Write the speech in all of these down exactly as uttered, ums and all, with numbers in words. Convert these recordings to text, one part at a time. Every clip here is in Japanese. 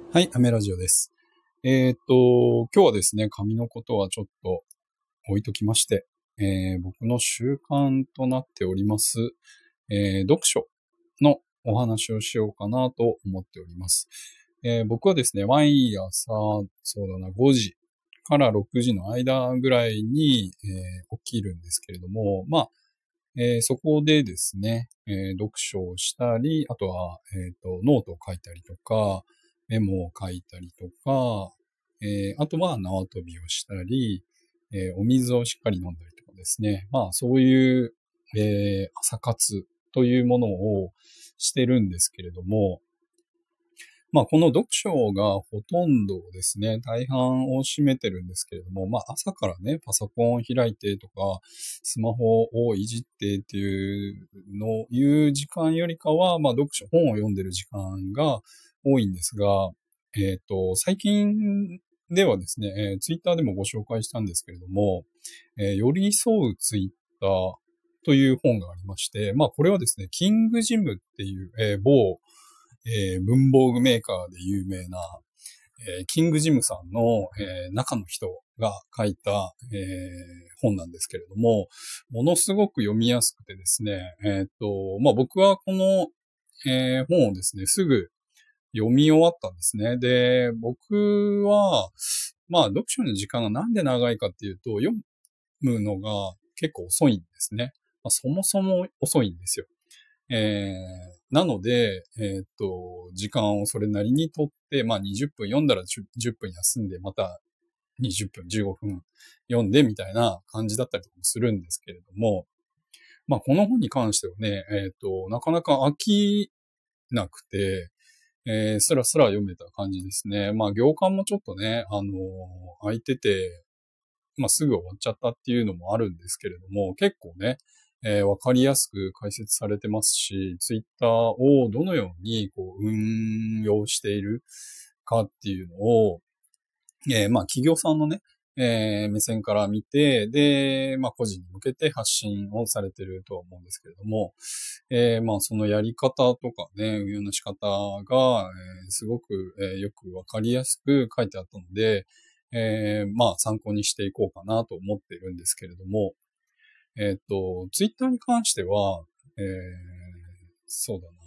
はい、アメラジオです。えーっと、今日はですね、紙のことはちょっと置いときまして、えー僕の習慣となっております、えー読書のお話をしようかなと思っております。えー僕はですね、毎朝、そうだな、ごじからろくじの間ぐらいに、えー起きるんですけれども、まあ、えーそこでですね、えー読書をしたり、あとは、えっと、ノートを書いたりとか、メモを書いたりとか、えーあとは縄跳びをしたり、えーお水をしっかり飲んだりとかですね。まあ、そういう、えー朝活というものをしてるんですけれども、まあ、この読書がほとんどですね、大半を占めてるんですけれども、まあ、朝からね、パソコンを開いてとか、スマホをいじってっていうの、いう時間よりかは、まあ、読書、本を読んでる時間が多いんですが、えっと、最近ではですね、えーツイッターでもご紹介したんですけれども、えー寄り添うツイッターという本がありまして、まあ、これはですね、キングジムっていう、えー某えー文房具メーカーで有名な、えーキングジムさんの、えー中の人が書いた、えー本なんですけれども、ものすごく読みやすくてですね、えーっと、まあ、僕はこの、えー本をですね、すぐ読み終わったんですね。で、僕は、まあ、読書の時間がなんで長いかっていうと、読むのが結構遅いんですね。まあ、そもそも遅いんですよ。えー、なので、えーっと、時間をそれなりにとって、まあにじゅっぷん読んだらじゅっぷん休んで、またにじゅっぷん、じゅうごふん読んでみたいな感じだったりとかもするんですけれども、まあこの本に関してはね、えーっと、なかなか飽きなくて、えー、スラスラ読めた感じですね。まあ行間もちょっとね、あのー空いてて、まあ、すぐ終わっちゃったっていうのもあるんですけれども、結構ね、えーわかりやすく解説されてますし、ツイッターをどのようにこう運用しているかっていうのを、えーまあ、企業さんのね、えー目線から見て、で、まあ、個人に向けて発信をされてるとは思うんですけれども、えーまあ、そのやり方とかね、運用の仕方が、えーすごく、えーよくわかりやすく書いてあったので、えーまあ、参考にしていこうかなと思っているんですけれども、えっと、ツイッターに関しては、えーそうだな。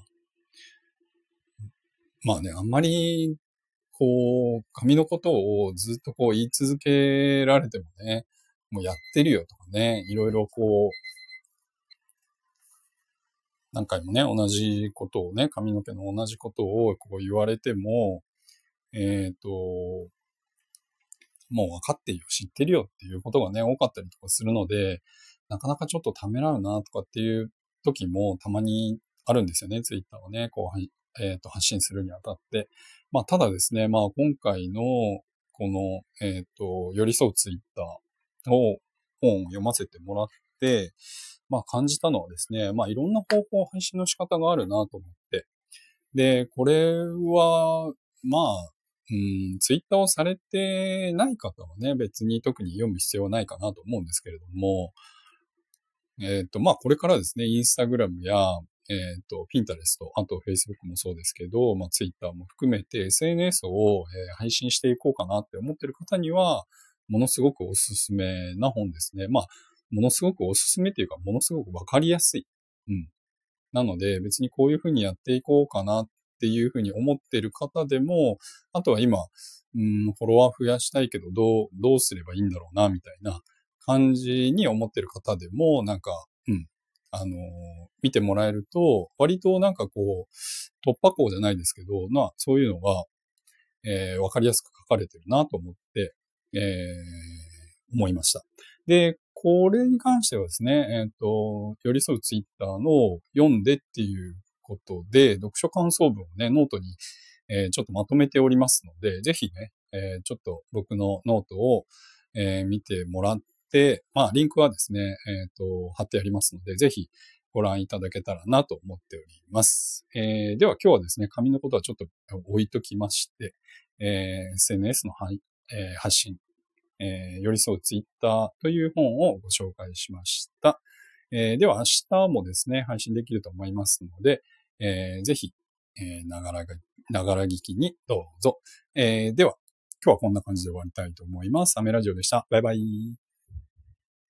まあね、あんまり、こう、紙のことをずっとこう言い続けられてもね、もうやってるよとかね、いろいろこう、何回もね、同じことをね、髪の毛の同じことをこう言われても、えっと、もう分かってるよ、知ってるよっていうことがね、多かったりとかするので、なかなかちょっとためらうなとかっていう時もたまにあるんですよね、ツイッターをね、こう、はいえっと、発信するにあたって。まあ、ただですね、まあ、今回の、この、えっと、寄り添うツイッターを、本を読ませてもらって、まあ、感じたのはですね、まあ、いろんな方法、配信の仕方があるなと思って。で、これは、まあ、うん、ツイッターをされてない方はね、別に特に読む必要はないかなと思うんですけれども、えっと、まあ、これからですね、インスタグラムや、えっと、ピンタレスト、あとフェイスブックもそうですけど、まあ、ツイッターも含めて エスエヌエス を、えー配信していこうかなって思ってる方には、ものすごくおすすめな本ですね。まあ、ものすごくおすすめというか、ものすごくわかりやすい。うん。なので、別にこういうふうにやっていこうかなっていうふうに思ってる方でも、あとは今、うん、フォロワー増やしたいけど、どう、どうすればいいんだろうな、みたいな感じに思ってる方でも、なんか、うん、あのー見てもらえると、割となんかこう、突破口じゃないですけど、な、そういうのが、えーわかりやすく書かれてるなと思って、えー思いました。で、これに関してはですね、えっと、寄り添うツイッターの読んでっていうことで、読書感想文をね、ノートに、えーちょっとまとめておりますので、ぜひね、えーちょっと僕のノートを、えー見てもらって、まあ、リンクはですね、えっと、貼ってありますので、ぜひご覧いただけたらなと思っております。えーでは今日はですね、紙のことはちょっと置いときまして、えーエスエヌエス の、はいえー発信、えー寄り添うツイッターという本をご紹介しました。えーでは明日もですね、配信できると思いますので、えーぜひ、えーながらが、 ながら聞きにどうぞ。えー、では、今日はこんな感じで終わりたいと思います。サメラジオでした。バイバイ。